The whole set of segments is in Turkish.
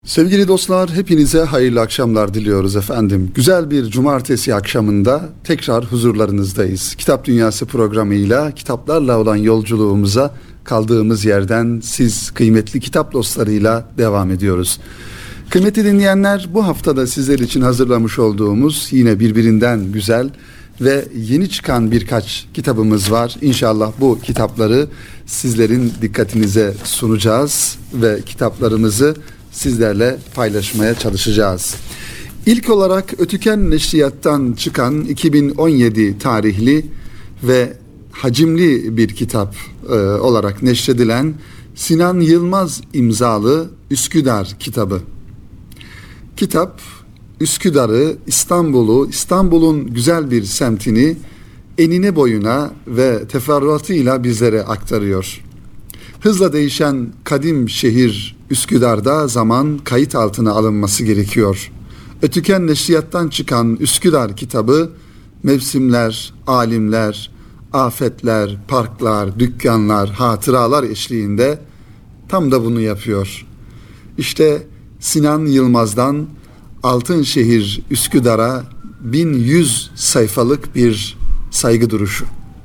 Sevgili dostlar, hepinize hayırlı akşamlar diliyoruz efendim. Güzel bir cumartesi akşamında tekrar huzurlarınızdayız. Kitap Dünyası programıyla kitaplarla olan yolculuğumuza kaldığımız yerden siz kıymetli kitap dostlarıyla devam ediyoruz. Kıymetli dinleyenler, bu haftada sizler için hazırlamış olduğumuz yine birbirinden güzel ve yeni çıkan birkaç kitabımız var. İnşallah bu kitapları sizlerin dikkatinize sunacağız ve kitaplarımızı sizlerle paylaşmaya çalışacağız. İlk olarak Ötüken Neşriyat'tan çıkan 2017 tarihli ve hacimli bir kitap olarak neşredilen Sinan Yılmaz imzalı Üsküdar kitabı. Kitap Üsküdar'ı, İstanbul'un güzel bir semtini enine boyuna ve teferruatıyla bizlere aktarıyor. Hızla değişen kadim şehir Üsküdar'da zaman kayıt altına alınması gerekiyor. Ötüken Neşriyat'tan çıkan Üsküdar kitabı mevsimler, alimler, afetler, parklar, dükkanlar, hatıralar eşliğinde tam da bunu yapıyor. İşte Sinan Yılmaz'dan Altınşehir Üsküdar'a 1100 sayfalık bir saygı duruşu.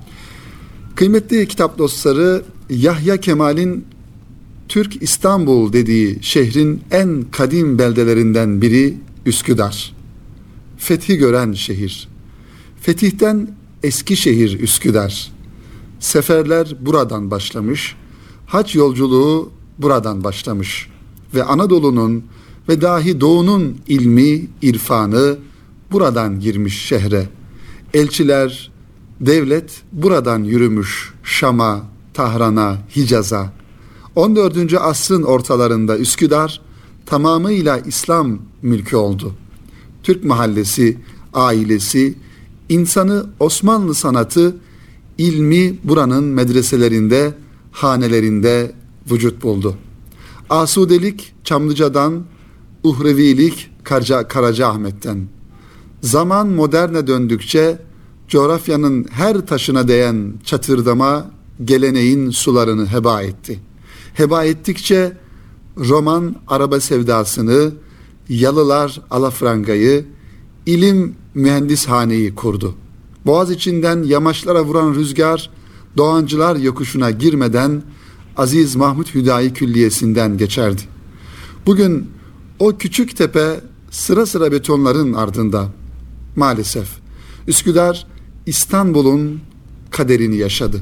Kıymetli kitap dostları, Yahya Kemal'in Türk İstanbul dediği şehrin en kadim beldelerinden biri Üsküdar. Fethi gören şehir. Fetihten eski şehir Üsküdar. Seferler buradan başlamış, hac yolculuğu buradan başlamış ve Anadolu'nun ve dahi Doğu'nun ilmi, irfanı buradan girmiş şehre. Elçiler, devlet buradan yürümüş Şam'a, Tahran'a, Hicaz'a. 14. asrın ortalarında Üsküdar tamamıyla İslam mülkü oldu. Türk mahallesi, ailesi, insanı, Osmanlı sanatı, ilmi buranın medreselerinde, hanelerinde vücut buldu. Asudelik Çamlıca'dan, uhrevilik Karacaahmet'ten. Zaman moderne döndükçe coğrafyanın her taşına değen çatırdama geleneğin sularını heba etti. Heba ettikçe roman araba sevdasını, yalılar alafrangayı, ilim mühendishaneyi kurdu. Boğaz içinden yamaçlara vuran rüzgar, Doğancılar yokuşuna girmeden Aziz Mahmut Hüdayi Külliyesi'nden geçerdi. Bugün o küçük tepe sıra sıra betonların ardında. Maalesef Üsküdar İstanbul'un kaderini yaşadı.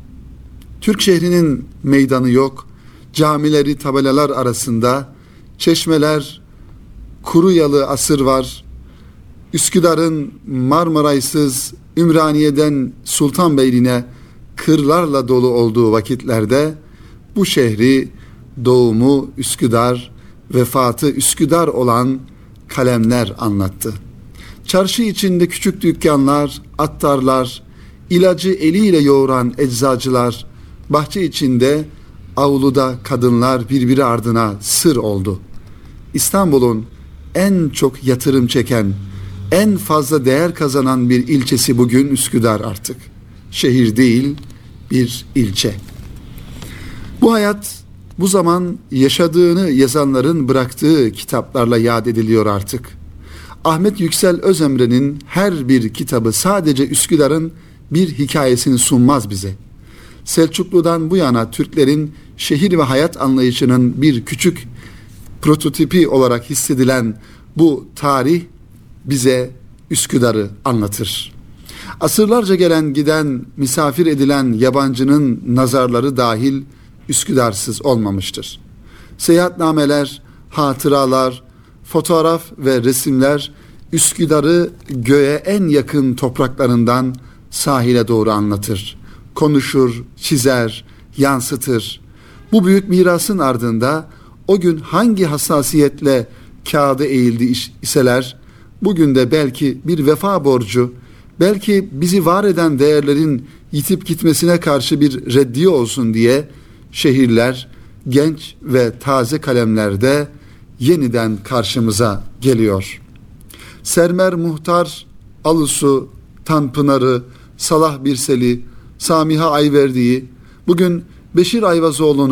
Türk şehrinin meydanı yok, camileri tabelalar arasında, çeşmeler, kuru yalı asır var. Üsküdar'ın Marmaray'sız Ümraniye'den Sultanbeyli'ne kırlarla dolu olduğu vakitlerde bu şehri doğumu Üsküdar, vefatı Üsküdar olan kalemler anlattı. Çarşı içinde küçük dükkanlar, attarlar, ilacı eliyle yoğuran eczacılar, bahçe içinde, avluda kadınlar birbiri ardına sır oldu. İstanbul'un en çok yatırım çeken, en fazla değer kazanan bir ilçesi bugün Üsküdar artık. Şehir değil, bir ilçe. Bu hayat, bu zaman yaşadığını yazanların bıraktığı kitaplarla yad ediliyor artık. Ahmet Yüksel Özemre'nin her bir kitabı sadece Üsküdar'ın bir hikayesini sunmaz bize. Selçuklu'dan bu yana Türklerin şehir ve hayat anlayışının bir küçük prototipi olarak hissedilen bu tarih bize Üsküdar'ı anlatır. Asırlarca gelen giden, misafir edilen yabancının nazarları dahil Üsküdarsız olmamıştır. Seyahatnameler, hatıralar, fotoğraf ve resimler Üsküdar'ı göğe en yakın topraklarından sahile doğru anlatır. Konuşur, çizer, yansıtır. Bu büyük mirasın ardında o gün hangi hassasiyetle kağıda eğildi iseler, bugün de belki bir vefa borcu, belki bizi var eden değerlerin yitip gitmesine karşı bir reddiye olsun diye şehirler genç ve taze kalemlerde yeniden karşımıza geliyor. Sermer Muhtar, Alusu, Tanpınar'ı, Salah Birsel'i, Samiha Ayverdi'yi, bugün Beşir Ayvazoğlu'nu,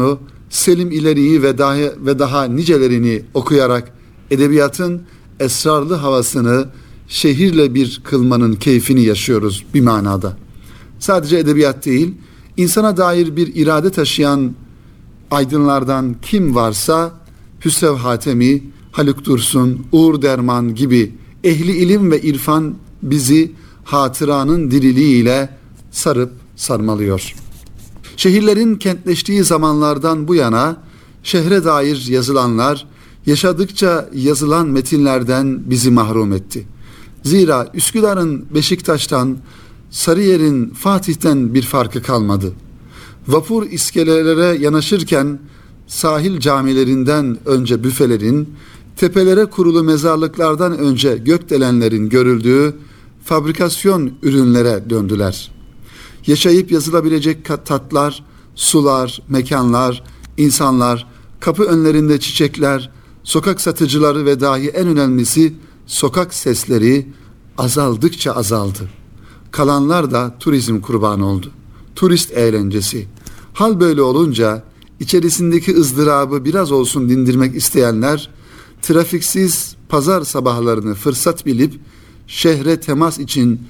Selim İleri'yi ve daha nicelerini okuyarak edebiyatın esrarlı havasını şehirle bir kılmanın keyfini yaşıyoruz bir manada. Sadece edebiyat değil, insana dair bir irade taşıyan aydınlardan kim varsa Hüsrev Hatemi, Haluk Dursun, Uğur Derman gibi ehli ilim ve irfan bizi hatıranın diriliğiyle sarıp sarmalıyor. Şehirlerin kentleştiği zamanlardan bu yana şehre dair yazılanlar yaşadıkça yazılan metinlerden bizi mahrum etti. Zira Üsküdar'ın Beşiktaş'tan, Sarıyer'in Fatih'ten bir farkı kalmadı. Vapur iskelelere yanaşırken sahil camilerinden önce büfelerin, tepelere kurulu mezarlıklardan önce gökdelenlerin görüldüğü fabrikasyon ürünlere döndüler. Yaşayıp yazılabilecek tatlar, sular, mekanlar, insanlar, kapı önlerinde çiçekler, sokak satıcıları ve dahi en önemlisi sokak sesleri azaldıkça azaldı. Kalanlar da turizm kurbanı oldu. Turist eğlencesi. Hal böyle olunca içerisindeki ızdırabı biraz olsun dindirmek isteyenler trafiksiz pazar sabahlarını fırsat bilip şehre temas için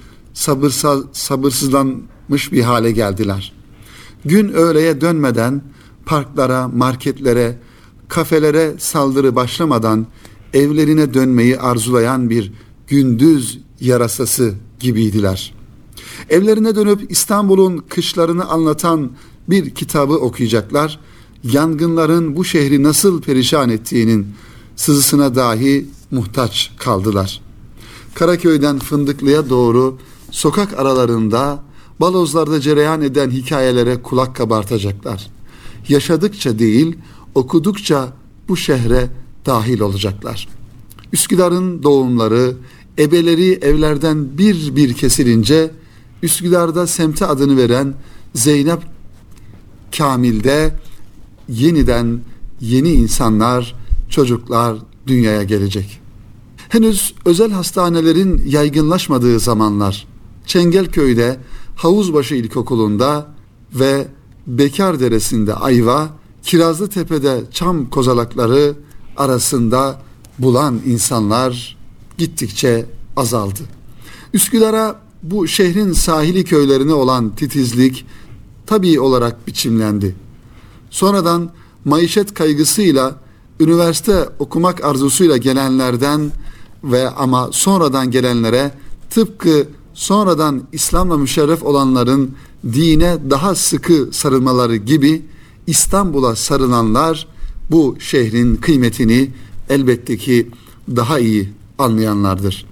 sabırsızlanmış bir hale geldiler. Gün öğleye dönmeden parklara, marketlere, kafelere saldırı başlamadan evlerine dönmeyi arzulayan bir gündüz yarasası gibiydiler. Evlerine dönüp İstanbul'un kışlarını anlatan bir kitabı okuyacaklar, yangınların bu şehri nasıl perişan ettiğinin sızısına dahi muhtaç kaldılar. Karaköy'den Fındıklı'ya doğru sokak aralarında, balozlarda cereyan eden hikayelere kulak kabartacaklar. Yaşadıkça değil, okudukça bu şehre dahil olacaklar. Üsküdar'ın doğumları, ebeleri evlerden bir bir kesilince, Üsküdar'da semte adını veren Zeynep Kamil'de yeniden yeni insanlar, çocuklar dünyaya gelecek. Henüz özel hastanelerin yaygınlaşmadığı zamanlar Çengelköy'de Havuzbaşı İlkokulu'nda ve Bekardere'sinde ayva, Kirazlıtepe'de çam kozalakları arasında bulan insanlar gittikçe azaldı. Üsküdar'a bu şehrin sahili köylerine olan titizlik tabii olarak biçimlendi. Sonradan maişet kaygısıyla, üniversite okumak arzusuyla gelenlerden ve ama sonradan gelenlere tıpkı sonradan İslam'la müşerref olanların dine daha sıkı sarılmaları gibi İstanbul'a sarılanlar bu şehrin kıymetini elbette ki daha iyi anlayanlardır.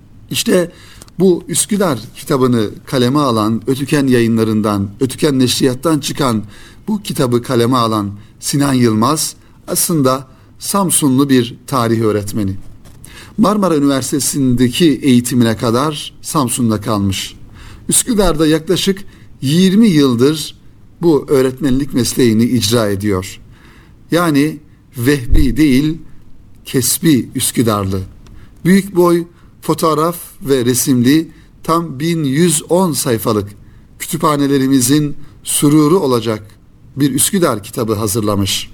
İşte bu Üsküdar kitabını kaleme alan, Ötüken Yayınlarından, Ötüken Neşriyat'tan çıkan bu kitabı kaleme alan Sinan Yılmaz aslında Samsunlu bir tarih öğretmeni. Marmara Üniversitesi'ndeki eğitimine kadar Samsun'da kalmış. Üsküdar'da yaklaşık 20 yıldır bu öğretmenlik mesleğini icra ediyor. Yani vehbi değil, kesbi Üsküdarlı. Büyük boy, fotoğraf ve resimli tam 1110 sayfalık kütüphanelerimizin sururu olacak bir Üsküdar kitabı hazırlamış.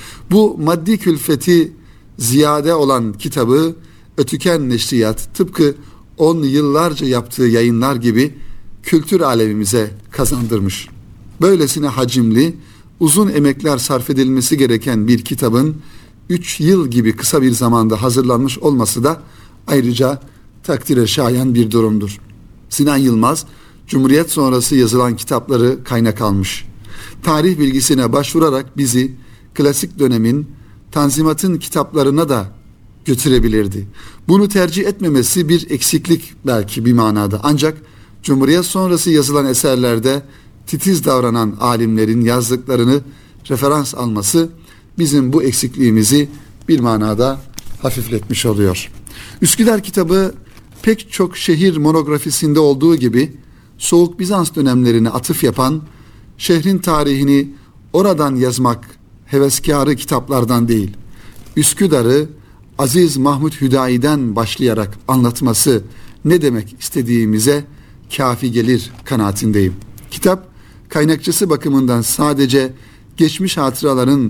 Bu maddi külfeti ziyade olan kitabı Ötüken Neşriyat tıpkı 10 yıllarca yaptığı yayınlar gibi kültür alemimize kazandırmış. Böylesine hacimli, uzun emekler sarf edilmesi gereken bir kitabın 3 yıl gibi kısa bir zamanda hazırlanmış olması da ayrıca takdire şayan bir durumdur. Sinan Yılmaz, Cumhuriyet sonrası yazılan kitapları kaynak almış. Tarih bilgisine başvurarak bizi klasik dönemin, Tanzimat'ın kitaplarına da götürebilirdi. Bunu tercih etmemesi bir eksiklik belki bir manada. Ancak Cumhuriyet sonrası yazılan eserlerde titiz davranan alimlerin yazdıklarını referans alması bizim bu eksikliğimizi bir manada hafifletmiş oluyor. Üsküdar kitabı pek çok şehir monografisinde olduğu gibi Soğuk Bizans dönemlerine atıf yapan, şehrin tarihini oradan yazmak heveskarı kitaplardan değil, Üsküdar'ı Aziz Mahmut Hüdayi'den başlayarak anlatması ne demek istediğimize kafi gelir kanaatindeyim. Kitap kaynakçısı bakımından sadece geçmiş hatıraların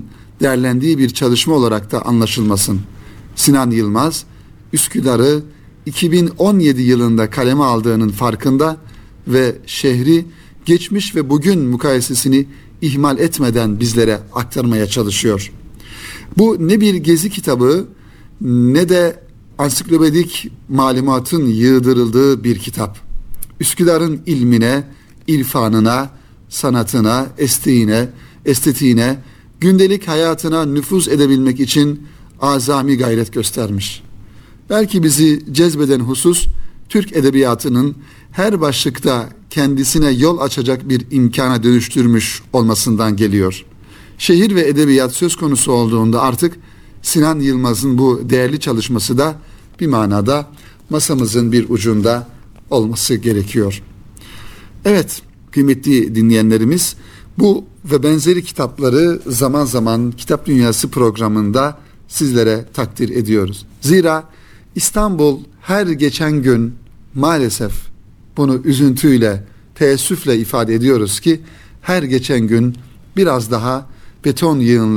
değerlendiği bir çalışma olarak da anlaşılmasın. Sinan Yılmaz, Üsküdar'ı 2017 yılında kaleme aldığının farkında ve şehri geçmiş ve bugün mukayesesini ihmal etmeden bizlere aktarmaya çalışıyor. Bu ne bir gezi kitabı ne de ansiklopedik malumatın yığdırıldığı bir kitap. Üsküdar'ın ilmine, irfanına, sanatına, estetiğine, gündelik hayatına nüfuz edebilmek için azami gayret göstermiş. Belki bizi cezbeden husus, Türk edebiyatının her başlıkta kendisine yol açacak bir imkana dönüştürmüş olmasından geliyor. Şehir ve edebiyat söz konusu olduğunda artık Sinan Yılmaz'ın bu değerli çalışması da bir manada masamızın bir ucunda olması gerekiyor. Evet, kıymetli dinleyenlerimiz, bu ve benzeri kitapları zaman zaman Kitap Dünyası programında sizlere takdir ediyoruz. Zira İstanbul her geçen gün maalesef, bunu üzüntüyle, teessüfle ifade ediyoruz ki, her geçen gün biraz daha beton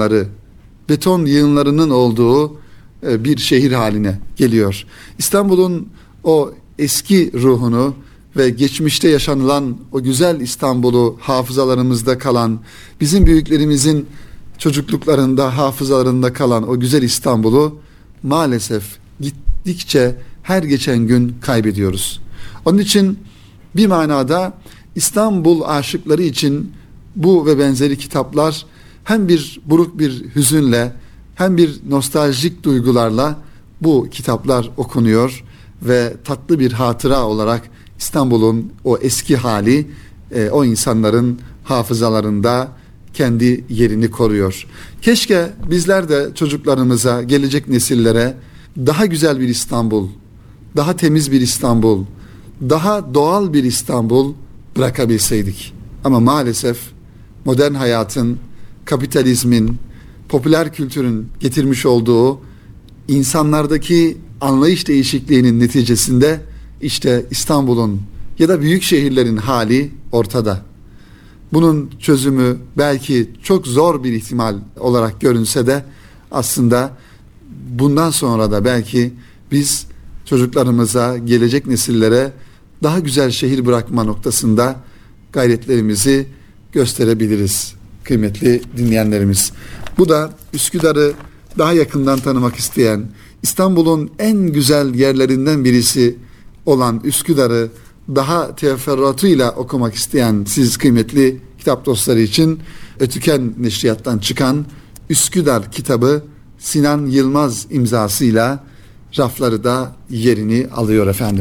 yığınlarının olduğu bir şehir haline geliyor. İstanbul'un o eski ruhunu ve geçmişte yaşanılan o güzel İstanbul'u, hafızalarımızda kalan, bizim büyüklerimizin çocukluklarında, hafızalarında kalan o güzel İstanbul'u maalesef gittikçe her geçen gün kaybediyoruz. Onun için bir manada İstanbul aşıkları için bu ve benzeri kitaplar hem bir buruk bir hüzünle hem bir nostaljik duygularla bu kitaplar okunuyor ve tatlı bir hatıra olarak İstanbul'un o eski hali o insanların hafızalarında kendi yerini koruyor. Keşke bizler de çocuklarımıza, gelecek nesillere daha güzel bir İstanbul, daha temiz bir İstanbul, daha doğal bir İstanbul bırakabilseydik. Ama maalesef modern hayatın, kapitalizmin, popüler kültürün getirmiş olduğu insanlardaki anlayış değişikliğinin neticesinde işte İstanbul'un ya da büyük şehirlerin hali ortada. Bunun çözümü belki çok zor bir ihtimal olarak görünse de aslında bundan sonra da belki biz çocuklarımıza, gelecek nesillere daha güzel şehir bırakma noktasında gayretlerimizi gösterebiliriz kıymetli dinleyenlerimiz. Bu da Üsküdar'ı daha yakından tanımak isteyen, İstanbul'un en güzel yerlerinden birisi olan Üsküdar'ı daha teferruatıyla okumak isteyen siz kıymetli kitap dostları için Ötüken Neşriyat'tan çıkan Üsküdar kitabı Sinan Yılmaz imzasıyla rafları da yerini alıyor efendim.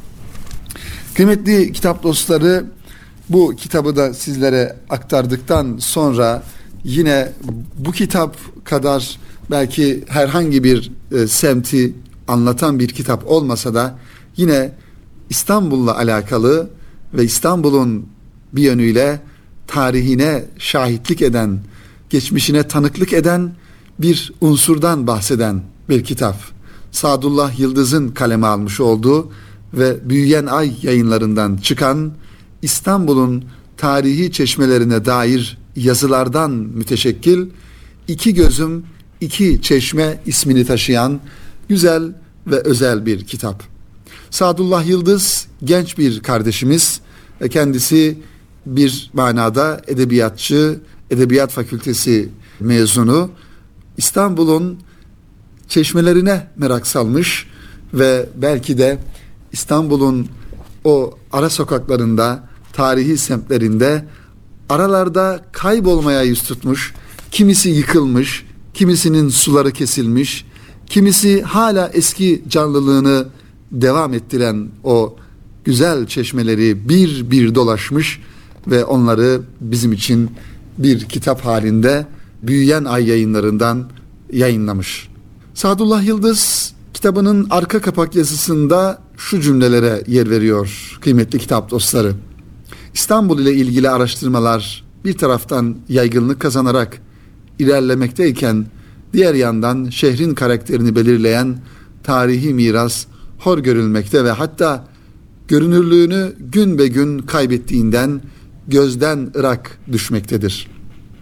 Kıymetli kitap dostları, bu kitabı da sizlere aktardıktan sonra yine bu kitap kadar belki herhangi bir semti anlatan bir kitap olmasa da yine İstanbul'la alakalı ve İstanbul'un bir yönüyle tarihine şahitlik eden, geçmişine tanıklık eden bir unsurdan bahseden bir kitap. Sadullah Yıldız'ın kaleme almış olduğu ve Büyüyen Ay yayınlarından çıkan İstanbul'un tarihi çeşmelerine dair yazılardan müteşekkil İki Gözüm, İki Çeşme ismini taşıyan güzel ve özel bir kitap. Sadullah Yıldız genç bir kardeşimiz ve kendisi bir manada edebiyatçı, Edebiyat Fakültesi mezunu. İstanbul'un çeşmelerine merak salmış ve belki de İstanbul'un o ara sokaklarında, tarihi semtlerinde aralarda kaybolmaya yüz tutmuş, kimisi yıkılmış, kimisinin suları kesilmiş, kimisi hala eski canlılığını devam ettiren o güzel çeşmeleri bir bir dolaşmış ve onları bizim için bir kitap halinde Büyüyen Ay yayınlarından yayınlamış. Sadullah Yıldız kitabının arka kapak yazısında şu cümlelere yer veriyor kıymetli kitap dostları. İstanbul ile ilgili araştırmalar bir taraftan yaygınlık kazanarak ilerlemekteyken diğer yandan şehrin karakterini belirleyen tarihi miras hor görülmekte ve hatta görünürlüğünü gün be gün kaybettiğinden gözden ırak düşmektedir.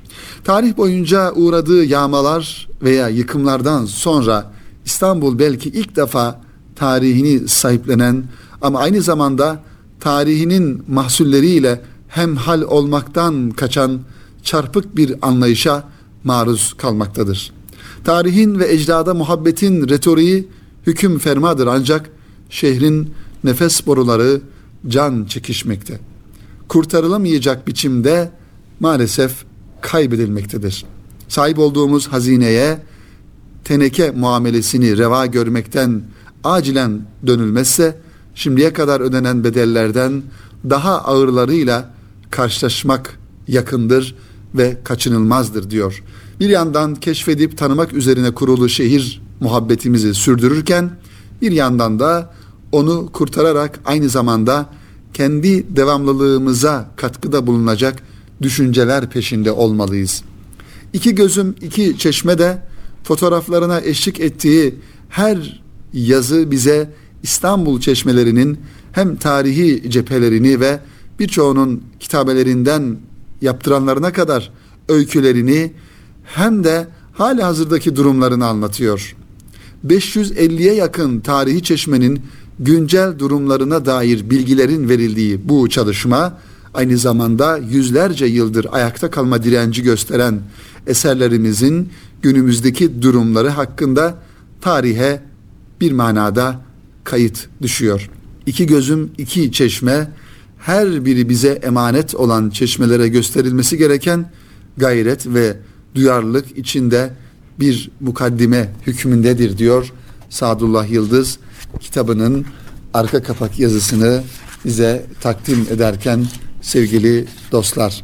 Tarih boyunca uğradığı yağmalar veya yıkımlardan sonra İstanbul belki ilk defa tarihini sahiplenen ama aynı zamanda tarihinin mahsulleriyle hemhal olmaktan kaçan çarpık bir anlayışa maruz kalmaktadır. Tarihin ve ecdada muhabbetin retoriği hüküm fermadır ancak şehrin nefes boruları can çekişmekte. Kurtarılamayacak biçimde maalesef kaybedilmektedir. Sahip olduğumuz hazineye teneke muamelesini reva görmekten acilen dönülmezse şimdiye kadar ödenen bedellerden daha ağırlarıyla karşılaşmak yakındır ve kaçınılmazdır diyor. Bir yandan keşfedip tanımak üzerine kurulu şehir muhabbetimizi sürdürürken bir yandan da onu kurtararak aynı zamanda kendi devamlılığımıza katkıda bulunacak düşünceler peşinde olmalıyız. İki gözüm iki çeşme de fotoğraflarına eşlik ettiği her yazı bize İstanbul çeşmelerinin hem tarihi cephelerini ve birçoğunun kitabelerinden yaptıranlarına kadar öykülerini hem de halihazırdaki durumlarını anlatıyor. 550'ye yakın tarihi çeşmenin güncel durumlarına dair bilgilerin verildiği bu çalışma aynı zamanda yüzlerce yıldır ayakta kalma direnci gösteren eserlerimizin günümüzdeki durumları hakkında tarihe bir manada kayıt düşüyor. İki gözüm iki çeşme, her biri bize emanet olan çeşmelere gösterilmesi gereken gayret ve duyarlılık içinde bir mukaddime hükmündedir diyor Sadullah Yıldız kitabının arka kapak yazısını bize takdim ederken sevgili dostlar.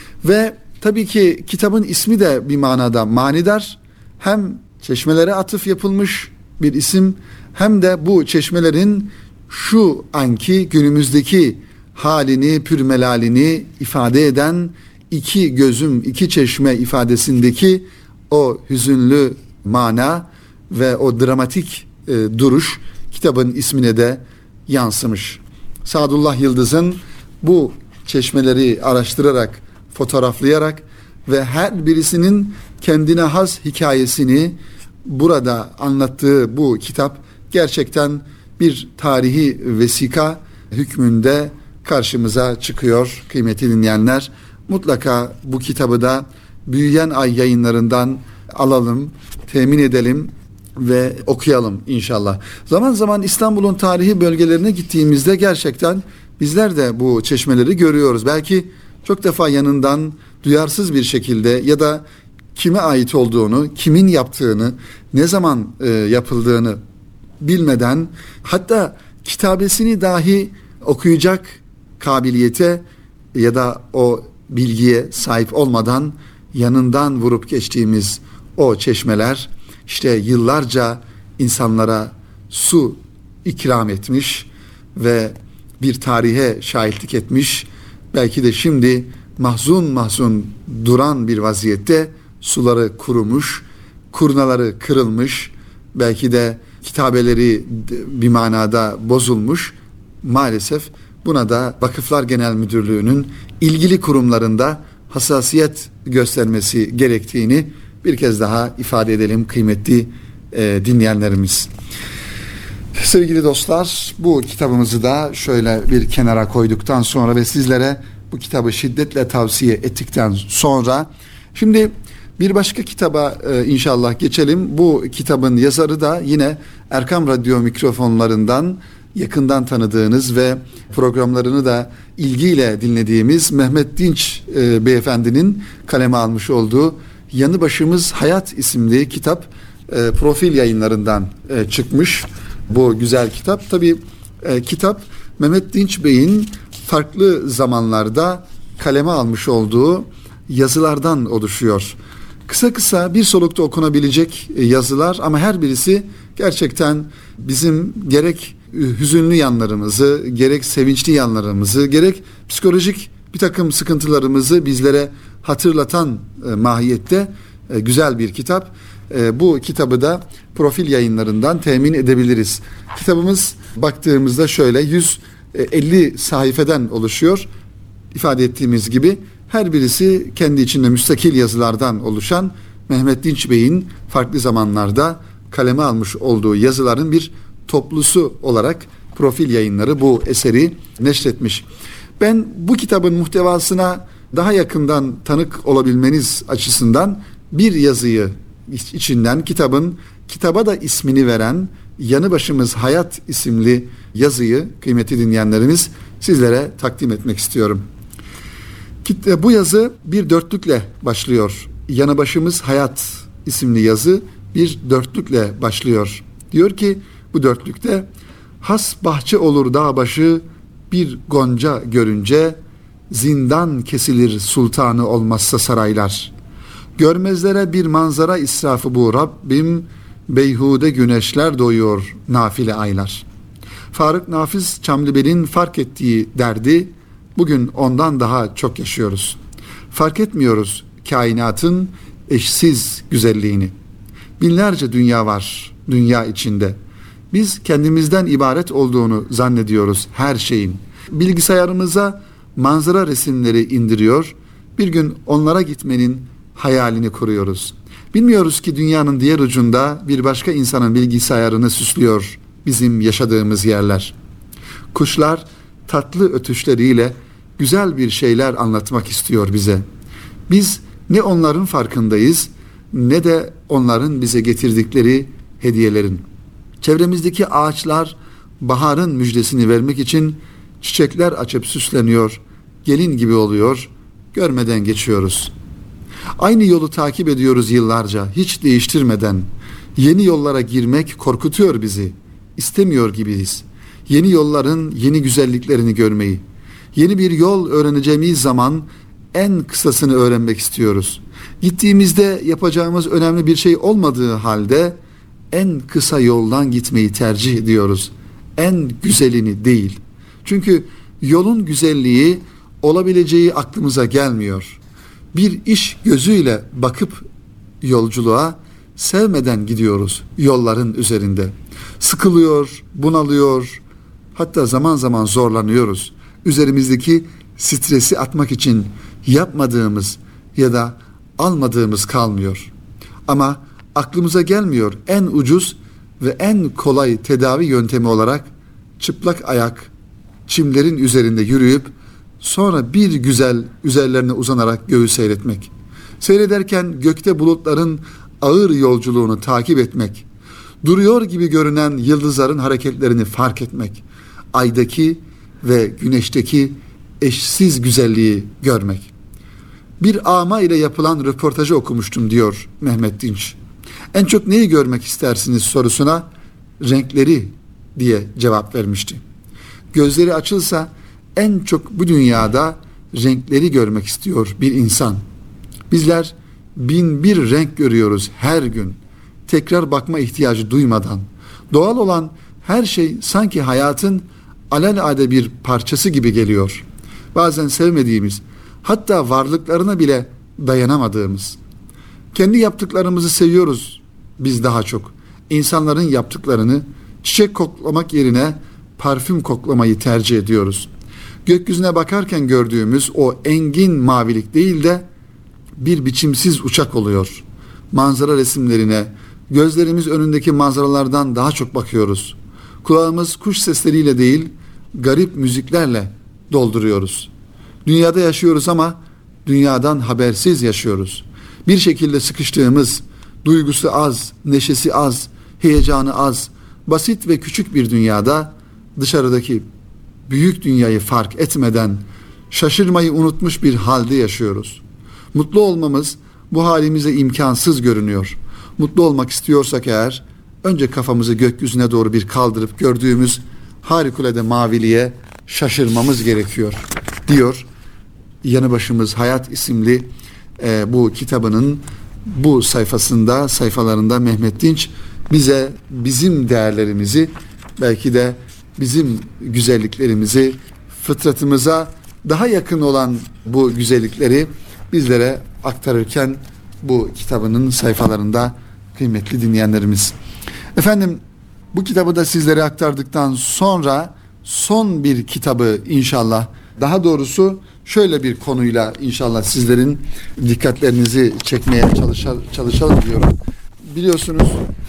Ve tabii ki kitabın ismi de bir manada manidar. Hem çeşmelere atıf yapılmış bir isim hem de bu çeşmelerin şu anki günümüzdeki halini, pürmelalini ifade eden iki gözüm, iki çeşme ifadesindeki o hüzünlü mana ve o dramatik duruş kitabın ismine de yansımış. Sadullah Yıldız'ın bu çeşmeleri araştırarak, fotoğraflayarak ve her birisinin kendine has hikayesini burada anlattığı bu kitap gerçekten bir tarihi vesika hükmünde karşımıza çıkıyor kıymetli dinleyenler. Mutlaka bu kitabı da Büyüyen Ay yayınlarından alalım, temin edelim ve okuyalım inşallah. Zaman zaman İstanbul'un tarihi bölgelerine gittiğimizde gerçekten bizler de bu çeşmeleri görüyoruz. Belki çok defa yanından duyarsız bir şekilde ya da kime ait olduğunu, kimin yaptığını, ne zaman yapıldığını bilmeden, hatta kitabesini dahi okuyacak kabiliyete ya da o bilgiye sahip olmadan yanından vurup geçtiğimiz o çeşmeler işte yıllarca insanlara su ikram etmiş ve bir tarihe şahitlik etmiş. Belki de şimdi mahzun mahzun duran bir vaziyette suları kurumuş, kurnaları kırılmış, belki de kitabeleri bir manada bozulmuş. Maalesef buna da Vakıflar Genel Müdürlüğü'nün ilgili kurumlarında hassasiyet göstermesi gerektiğini bir kez daha ifade edelim kıymetli dinleyenlerimiz. Sevgili dostlar, bu kitabımızı da şöyle bir kenara koyduktan sonra ve sizlere bu kitabı şiddetle tavsiye ettikten sonra şimdi bir başka kitaba inşallah geçelim. Bu kitabın yazarı da yine Erkam Radyo mikrofonlarından yakından tanıdığınız ve programlarını da ilgiyle dinlediğimiz Mehmet Dinç beyefendinin kaleme almış olduğu Yanı Başımız Hayat isimli kitap Profil Yayınlarından çıkmış. Bu güzel kitap. Tabii kitap Mehmet Dinç Bey'in farklı zamanlarda kaleme almış olduğu yazılardan oluşuyor. Kısa kısa bir solukta okunabilecek yazılar ama her birisi gerçekten bizim gerek hüzünlü yanlarımızı, gerek sevinçli yanlarımızı, gerek psikolojik bir takım sıkıntılarımızı bizlere hatırlatan mahiyette güzel bir kitap. Bu kitabı da Profil Yayınlarından temin edebiliriz. Kitabımız baktığımızda şöyle 150 sayfeden oluşuyor. İfade ettiğimiz gibi Her birisi kendi içinde müstakil yazılardan oluşan Mehmet Dinç Bey'in farklı zamanlarda kaleme almış olduğu yazıların bir toplusu olarak Profil Yayınları bu eseri neşretmiş. Ben bu kitabın muhtevasına daha yakından tanık olabilmeniz açısından bir yazıyı içinden kitaba da ismini veren Yanı Başımız Hayat isimli yazıyı kıymetli dinleyenlerimiz sizlere takdim etmek istiyorum. Bu yazı bir dörtlükle başlıyor. Yanı Başımız Hayat isimli yazı bir dörtlükle başlıyor. Diyor ki bu dörtlükte has bahçe olur dağ başı bir gonca görünce zindan kesilir sultanı olmazsa saraylar. Görmezlere bir manzara israfı bu Rabbim beyhude güneşler doyuyor nafile aylar. Faruk Nafiz Çamlıbel'in fark ettiği derdi bugün ondan daha çok yaşıyoruz. Fark etmiyoruz kainatın eşsiz güzelliğini. Binlerce dünya var dünya içinde. Biz kendimizden ibaret olduğunu zannediyoruz her şeyin. Bilgisayarımıza manzara resimleri indiriyor, bir gün onlara gitmenin hayalini kuruyoruz. Bilmiyoruz ki dünyanın diğer ucunda bir başka insanın bilgisayarını süslüyor bizim yaşadığımız yerler. Kuşlar tatlı ötüşleriyle güzel bir şeyler anlatmak istiyor bize. Biz ne onların farkındayız ne de onların bize getirdikleri hediyelerin. Çevremizdeki ağaçlar baharın müjdesini vermek için çiçekler açıp süsleniyor, gelin gibi oluyor, görmeden geçiyoruz. Aynı yolu takip ediyoruz yıllarca, hiç değiştirmeden. Yeni yollara girmek korkutuyor bizi, istemiyor gibiyiz. Yeni yolların yeni güzelliklerini görmeyi. Yeni bir yol öğreneceğimiz zaman en kısasını öğrenmek istiyoruz. Gittiğimizde yapacağımız önemli bir şey olmadığı halde en kısa yoldan gitmeyi tercih ediyoruz. En güzelini değil. Çünkü yolun güzelliği olabileceği aklımıza gelmiyor. Bir iş gözüyle bakıp yolculuğa sevmeden gidiyoruz yolların üzerinde. Sıkılıyor, bunalıyor, hatta zaman zaman zorlanıyoruz. Üzerimizdeki stresi atmak için yapmadığımız ya da almadığımız kalmıyor. Ama aklımıza gelmiyor en ucuz ve en kolay tedavi yöntemi olarak çıplak ayak çimlerin üzerinde yürüyüp sonra bir güzel üzerlerine uzanarak göğü seyretmek. Seyrederken gökte bulutların ağır yolculuğunu takip etmek, duruyor gibi görünen yıldızların hareketlerini fark etmek, aydaki ve güneşteki eşsiz güzelliği görmek. Bir ama ile yapılan röportajı okumuştum diyor Mehmet Dinç. En çok neyi görmek istersiniz sorusuna renkleri diye cevap vermişti. Gözleri açılsa en çok bu dünyada renkleri görmek istiyor bir insan. Bizler 1001 renk görüyoruz her gün. Tekrar bakma ihtiyacı duymadan. Doğal olan her şey sanki hayatın alelade bir parçası gibi geliyor. Bazen sevmediğimiz, hatta varlıklarına bile dayanamadığımız. Kendi yaptıklarımızı seviyoruz biz daha çok. İnsanların yaptıklarını çiçek koklamak yerine parfüm koklamayı tercih ediyoruz. Gökyüzüne bakarken gördüğümüz o engin mavilik değil de bir biçimsiz uçak oluyor. Manzara resimlerine, gözlerimiz önündeki manzaralardan daha çok bakıyoruz. Kulağımız kuş sesleriyle değil, garip müziklerle dolduruyoruz. Dünyada yaşıyoruz ama dünyadan habersiz yaşıyoruz. Bir şekilde sıkıştığımız, duygusu az, neşesi az, heyecanı az, basit ve küçük bir dünyada dışarıdaki büyük dünyayı fark etmeden şaşırmayı unutmuş bir halde yaşıyoruz. Mutlu olmamız bu halimize imkansız görünüyor. Mutlu olmak istiyorsak eğer önce kafamızı gökyüzüne doğru bir kaldırıp gördüğümüz harikulade maviliğe şaşırmamız gerekiyor diyor. Yanı Başımız Hayat isimli bu kitabının bu sayfalarında Mehmet Dinç bize bizim değerlerimizi, belki de bizim güzelliklerimizi, fıtratımıza daha yakın olan bu güzellikleri bizlere aktarırken bu kitabının sayfalarında kıymetli dinleyenlerimiz. Efendim, bu kitabı da sizlere aktardıktan sonra son bir kitabı inşallah, daha doğrusu şöyle bir konuyla inşallah sizlerin dikkatlerinizi çekmeye çalışalım diyorum. Biliyorsunuz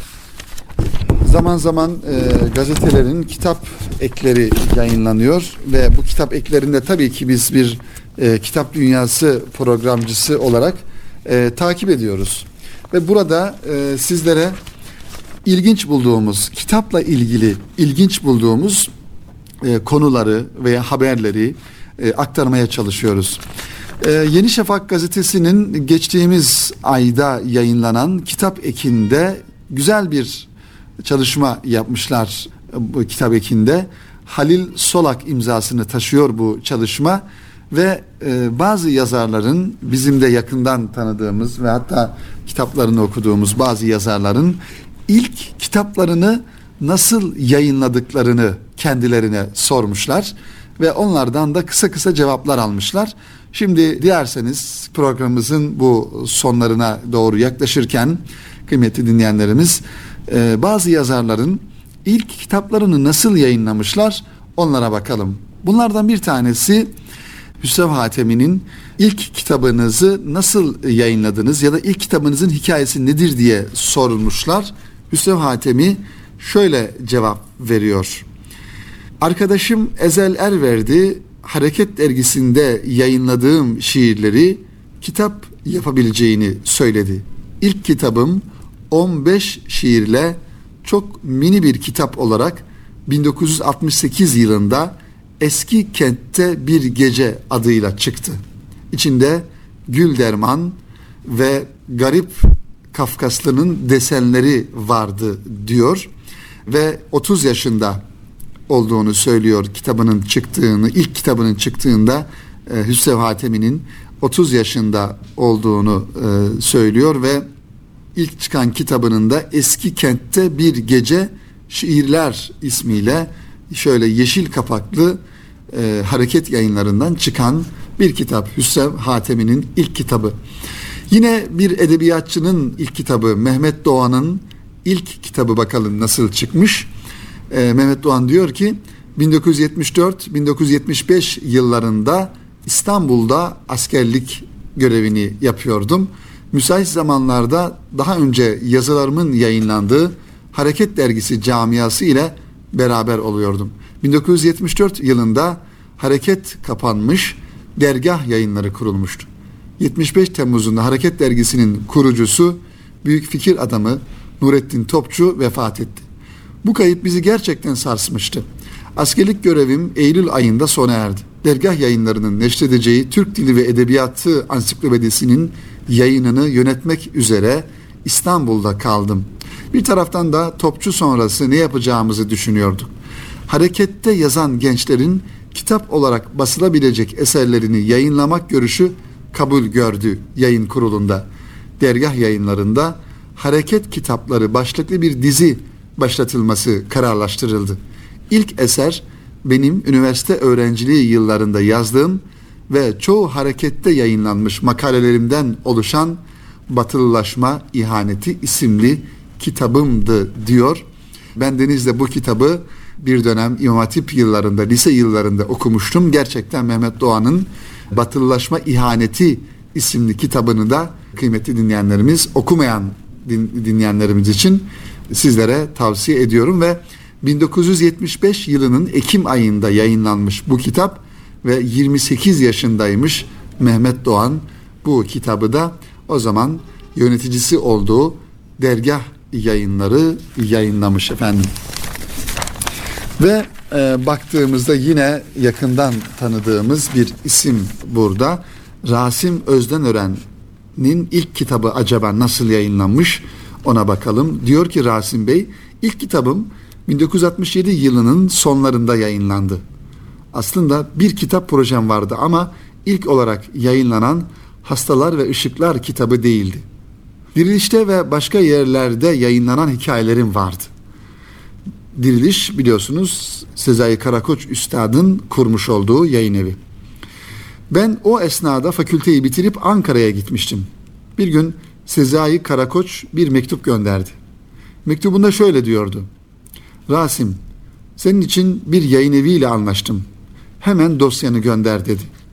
zaman zaman gazetelerin kitap ekleri yayınlanıyor ve bu kitap eklerinde tabii ki biz bir kitap dünyası programcısı olarak takip ediyoruz. Ve burada sizlere ilginç bulduğumuz, kitapla ilgili ilginç bulduğumuz konuları veya haberleri aktarmaya çalışıyoruz. Yeni Şafak gazetesinin geçtiğimiz ayda yayınlanan kitap ekinde güzel bir çalışma yapmışlar bu kitap ekinde. Halil Solak imzasını taşıyor bu çalışma ve bazı yazarların, bizim de yakından tanıdığımız ve hatta kitaplarını okuduğumuz bazı yazarların ilk kitaplarını nasıl yayınladıklarını kendilerine sormuşlar ve onlardan da kısa kısa cevaplar almışlar. Şimdi dilerseniz programımızın bu sonlarına doğru yaklaşırken kıymetli dinleyenlerimiz, bazı yazarların ilk kitaplarını nasıl yayınlamışlar onlara bakalım. Bunlardan bir tanesi Hüsrev Hatemi'nin ilk kitabınızı nasıl yayınladınız ya da ilk kitabınızın hikayesi nedir diye sormuşlar. Hüsrev Hatemi şöyle cevap veriyor. Arkadaşım Ezel Erverdi Hareket dergisinde yayınladığım şiirleri kitap yapabileceğini söyledi. İlk kitabım 15 şiirle çok mini bir kitap olarak 1968 yılında Eski Kent'te Bir Gece adıyla çıktı. İçinde Gülderman ve Garip Kafkaslı'nın desenleri vardı diyor ve 30 yaşında olduğunu söylüyor kitabının çıktığını, ilk kitabının çıktığında Hüsrev Hatemi'nin 30 yaşında olduğunu söylüyor ve ilk çıkan kitabının da Eski Kent'te Bir Gece Şiirler ismiyle şöyle yeşil kapaklı Hareket Yayınlarından çıkan bir kitap. Hüsrev Hatemi'nin ilk kitabı. Yine bir edebiyatçının ilk kitabı, Mehmet Doğan'ın ilk kitabı, bakalım nasıl çıkmış. Mehmet Doğan diyor ki 1974-1975 yıllarında İstanbul'da askerlik görevini yapıyordum. Müsait zamanlarda daha önce yazılarımın yayınlandığı Hareket Dergisi camiası ile beraber oluyordum. 1974 yılında Hareket kapanmış, dergah yayınları kurulmuştu. 75 Temmuz'unda Hareket Dergisi'nin kurucusu, büyük fikir adamı Nurettin Topçu vefat etti. Bu kayıp bizi gerçekten sarsmıştı. Askerlik görevim Eylül ayında sona erdi. Dergah yayınlarının neşredeceği Türk Dili ve Edebiyatı Ansiklopedisi'nin yayınını yönetmek üzere İstanbul'da kaldım. Bir taraftan da Topçu sonrası ne yapacağımızı düşünüyorduk. Harekette yazan gençlerin kitap olarak basılabilecek eserlerini yayınlamak görüşü kabul gördü yayın kurulunda. Dergah yayınlarında Hareket Kitapları başlıklı bir dizi başlatılması kararlaştırıldı. İlk eser benim üniversite öğrenciliği yıllarında yazdığım ve çoğu harekette yayınlanmış makalelerimden oluşan Batılılaşma İhaneti isimli kitabımdı diyor. Ben Deniz'de bu kitabı bir dönem İmam Hatip yıllarında, lise yıllarında okumuştum. Gerçekten Mehmet Doğan'ın Batılılaşma İhaneti isimli kitabını da kıymetli dinleyenlerimiz, okumayan dinleyenlerimiz için sizlere tavsiye ediyorum ve 1975 yılının Ekim ayında yayınlanmış bu kitap ve 28 yaşındaymış Mehmet Doğan. Bu kitabı da o zaman yöneticisi olduğu Dergah Yayınları yayınlamış efendim. Ve baktığımızda yine yakından tanıdığımız bir isim burada. Rasim Özdenören'in ilk kitabı acaba nasıl yayınlanmış ona bakalım. Diyor ki Rasim Bey, ilk kitabım 1967 yılının sonlarında yayınlandı. Aslında bir kitap projem vardı ama ilk olarak yayınlanan Hastalar ve Işıklar kitabı değildi. Diriliş'te ve başka yerlerde yayınlanan hikayelerim vardı. Diriliş biliyorsunuz Sezai Karakoç Üstad'ın kurmuş olduğu yayın evi. Ben o esnada fakülteyi bitirip Ankara'ya gitmiştim. Bir gün Sezai Karakoç bir mektup gönderdi. Mektubunda şöyle diyordu. Rasim, senin için bir yayın eviyle anlaştım. Hemen dosyanı gönder dedi.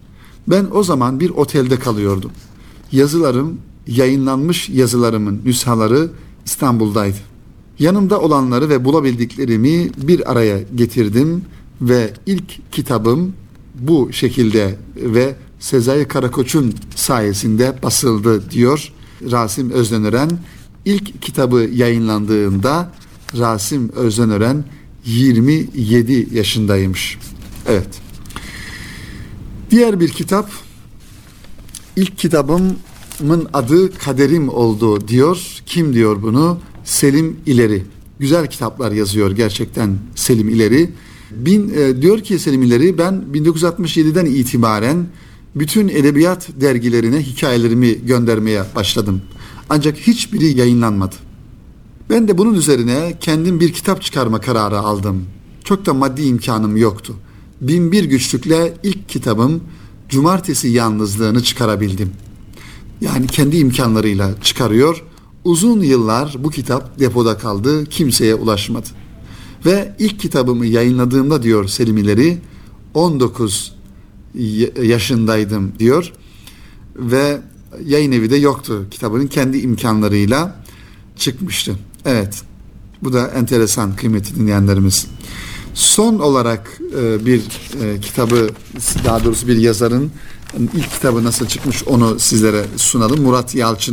Ben o zaman bir otelde kalıyordum. Yazılarım, yayınlanmış yazılarımın nüshaları İstanbul'daydı. Yanımda olanları ve bulabildiklerimi bir araya getirdim ve ilk kitabım bu şekilde ve Sezai Karakoç'un sayesinde basıldı diyor Rasim Özdenören. İlk kitabı yayınlandığında Rasim Özdenören 27 yaşındaymış. Evet. Diğer bir kitap, ilk kitabımın adı Kaderim oldu diyor. Kim diyor bunu? Selim İleri. Güzel kitaplar yazıyor gerçekten Selim İleri. Diyor ki Selim İleri, ben 1967'den itibaren bütün edebiyat dergilerine hikayelerimi göndermeye başladım. Ancak hiçbiri yayınlanmadı. Ben de bunun üzerine kendim bir kitap çıkarma kararı aldım. Çok da maddi imkanım yoktu. 1001 güçlükle ilk kitabım Cumartesi Yalnızlığını çıkarabildim. Yani kendi imkanlarıyla çıkarıyor. Uzun yıllar bu kitap depoda kaldı, kimseye ulaşmadı. Ve ilk kitabımı yayınladığımda diyor Selim İleri, 19 yaşındaydım diyor. Ve yayın evi de yoktu. Kitabının kendi imkanlarıyla çıkmıştı. Evet, bu da enteresan kıymetli dinleyenlerimiz. Son olarak bir kitabı, daha doğrusu bir yazarın ilk kitabı nasıl çıkmış onu sizlere sunalım. Murat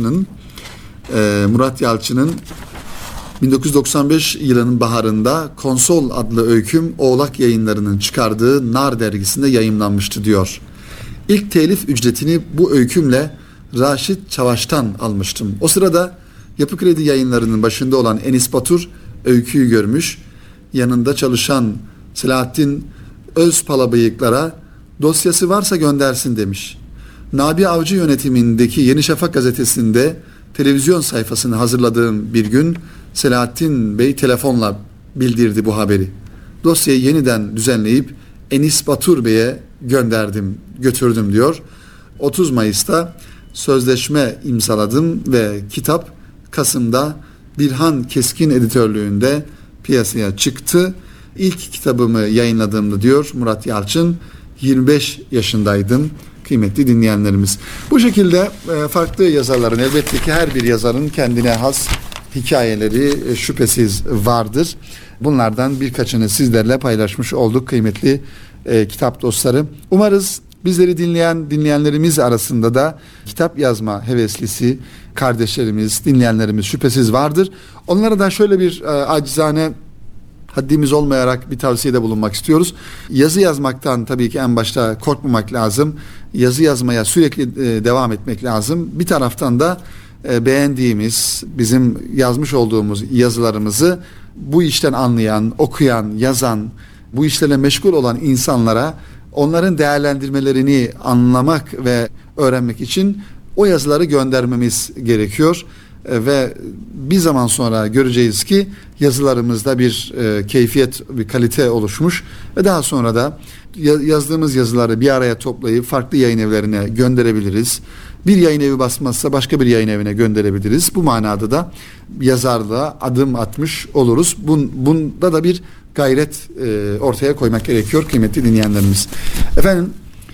Yalçın'ın 1995 yılının baharında Konsol adlı öyküm Oğlak Yayınları'nın çıkardığı Nar dergisinde yayımlanmıştı diyor. İlk telif ücretini bu öykümle Raşit Çavaş'tan almıştım. O sırada Yapı Kredi Yayınları'nın başında olan Enis Batur öyküyü görmüş. Yanında çalışan Selahattin Özpalabıyıklara dosyası varsa göndersin demiş. Nabi Avcı yönetimindeki Yeni Şafak gazetesinde televizyon sayfasını hazırladığım bir gün Selahattin Bey telefonla bildirdi bu haberi. Dosyayı yeniden düzenleyip Enis Batur Bey'e götürdüm diyor. 30 Mayıs'ta sözleşme imzaladım ve kitap Kasım'da Birhan Keskin editörlüğünde piyasaya çıktı. İlk kitabımı yayınladığımda diyor Murat Yalçın, 25 yaşındaydım kıymetli dinleyenlerimiz. Bu şekilde farklı yazarların, elbette ki her bir yazarın kendine has hikayeleri şüphesiz vardır. Bunlardan birkaçını sizlerle paylaşmış olduk kıymetli kitap dostları. Umarız bizleri dinleyenlerimiz arasında da kitap yazma heveslisi kardeşlerimiz, dinleyenlerimiz şüphesiz vardır. Onlara da şöyle bir acizane, haddimiz olmayarak bir tavsiyede bulunmak istiyoruz. Yazı yazmaktan tabii ki en başta korkmamak lazım. Yazı yazmaya sürekli devam etmek lazım. Bir taraftan da beğendiğimiz, bizim yazmış olduğumuz yazılarımızı bu işten anlayan, okuyan, yazan, bu işlerle meşgul olan insanlara onların değerlendirmelerini anlamak ve öğrenmek için o yazıları göndermemiz gerekiyor. Ve bir zaman sonra göreceğiz ki yazılarımızda bir keyfiyet, bir kalite oluşmuş ve daha sonra da yazdığımız yazıları bir araya toplayıp farklı yayın evlerine gönderebiliriz. Bir yayın evi basmazsa başka bir yayın evine gönderebiliriz. Bu manada da yazarlığa adım atmış oluruz. Bunda da bir gayret ortaya koymak gerekiyor kıymetli dinleyenlerimiz. Efendim,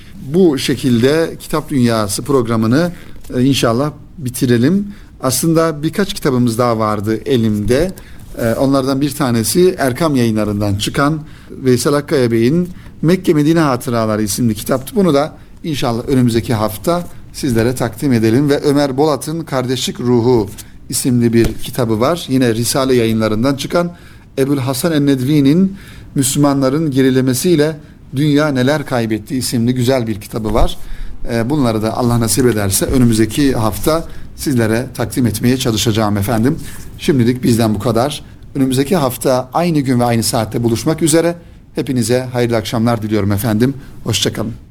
bu şekilde Kitap Dünyası programını inşallah bitirelim. Aslında birkaç kitabımız daha vardı elimde. Onlardan bir tanesi Erkam Yayınları'ndan çıkan Veysel Akkaya Bey'in Mekke Medine Hatıraları isimli kitaptı. Bunu da inşallah önümüzdeki hafta sizlere takdim edelim. Ve Ömer Bolat'ın Kardeşlik Ruhu isimli bir kitabı var. Yine Risale Yayınları'ndan çıkan Ebu'l Hasan en-Nedvi'nin Müslümanların gerilemesiyle Dünya Neler Kaybetti isimli güzel bir kitabı var. Bunları da Allah nasip ederse önümüzdeki hafta sizlere takdim etmeye çalışacağım efendim. Şimdilik bizden bu kadar. Önümüzdeki hafta aynı gün ve aynı saatte buluşmak üzere. Hepinize hayırlı akşamlar diliyorum efendim. Hoşça kalın.